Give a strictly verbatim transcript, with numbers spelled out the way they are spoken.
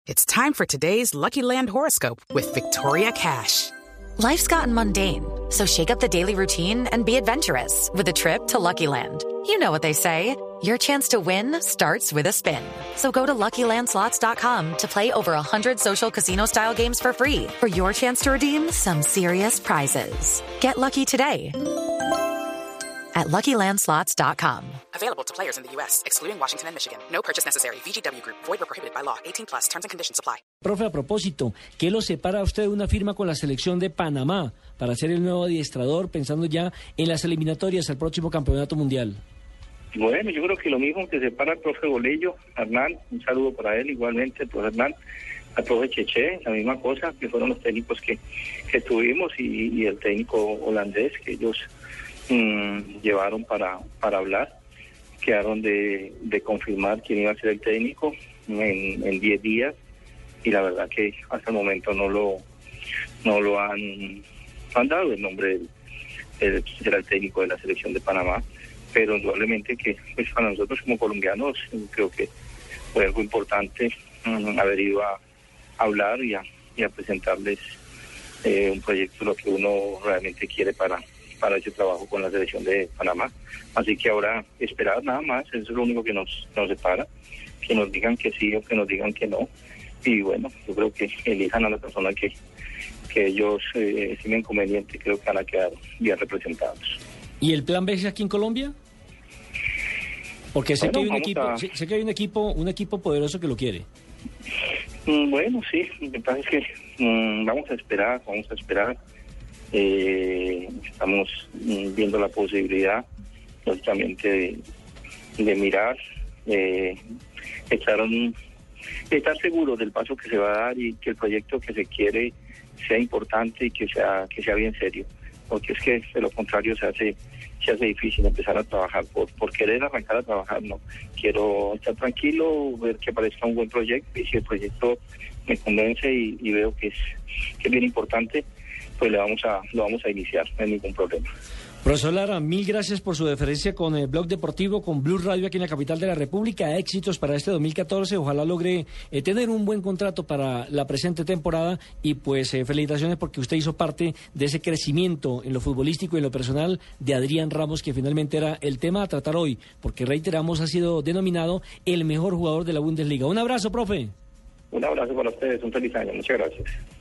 It's time for today's Lucky Land horoscope with Victoria Cash. Life's gotten mundane, so shake up the daily routine and be adventurous with a trip to Lucky Land. You know what they say, your chance to win starts with a spin. So go to Lucky Land Slots dot com to play over one hundred social casino-style games for free for your chance to redeem some serious prizes. Get lucky today at Lucky Land Slots dot com. Available to players in the U S, excluding Washington and Michigan. No purchase necessary. V G W Group. Void or prohibited by law. eighteen plus. Terms and conditions apply. Profe, a propósito, ¿qué lo separa a usted de una firma con la selección de Panamá para ser el nuevo adiestrador, pensando ya en las eliminatorias al próximo campeonato mundial? Bueno, yo creo que lo mismo que separa al profe Bolello, Hernán, un saludo para él igualmente, el profe Hernán, al profe Cheche, la misma cosa, que fueron los técnicos que, que tuvimos y, y el técnico holandés que ellos mmm, llevaron para, para hablar. Quedaron de, de confirmar quién iba a ser el técnico en diez días y la verdad que hasta el momento no lo no lo han, han dado el nombre del, del será el técnico de la selección de Panamá, pero indudablemente que pues para nosotros como colombianos creo que fue algo importante um, haber ido a, a hablar y a, y a presentarles eh, un proyecto, lo que uno realmente quiere para para ese trabajo con la selección de Panamá. Así que ahora esperar nada más, eso es lo único que nos, nos separa, que nos digan que sí o que nos digan que no. Y bueno, yo creo que elijan a la persona que, que ellos eh, estimen conveniente, creo que van a quedar bien representados. ¿Y el plan B es aquí en Colombia? Porque sé, bueno, que hay un equipo, a... sé, sé que hay un equipo, un equipo poderoso que lo quiere. Mm, bueno, sí, lo que pasa es que mm, vamos a esperar, vamos a esperar. Eh, estamos viendo la posibilidad, lógicamente, de, de mirar, eh, estar, un, estar seguros del paso que se va a dar y que el proyecto que se quiere sea importante y que sea que sea bien serio, porque es que de lo contrario se hace se hace difícil empezar a trabajar por por querer arrancar a trabajar. No, quiero estar tranquilo, ver que aparezca un buen proyecto y si el proyecto me convence y, y veo que es que es bien importante, pues le vamos a lo vamos a iniciar, no hay ningún problema. Profesor Lara, mil gracias por su deferencia con el Blog Deportivo, con Blue Radio aquí en la capital de la República. Éxitos para este dos mil catorce, ojalá logre eh, tener un buen contrato para la presente temporada y pues eh, felicitaciones porque usted hizo parte de ese crecimiento en lo futbolístico y en lo personal de Adrián Ramos, que finalmente era el tema a tratar hoy, porque reiteramos ha sido denominado el mejor jugador de la Bundesliga. Un abrazo, profe. Un abrazo para ustedes, un feliz año, muchas gracias.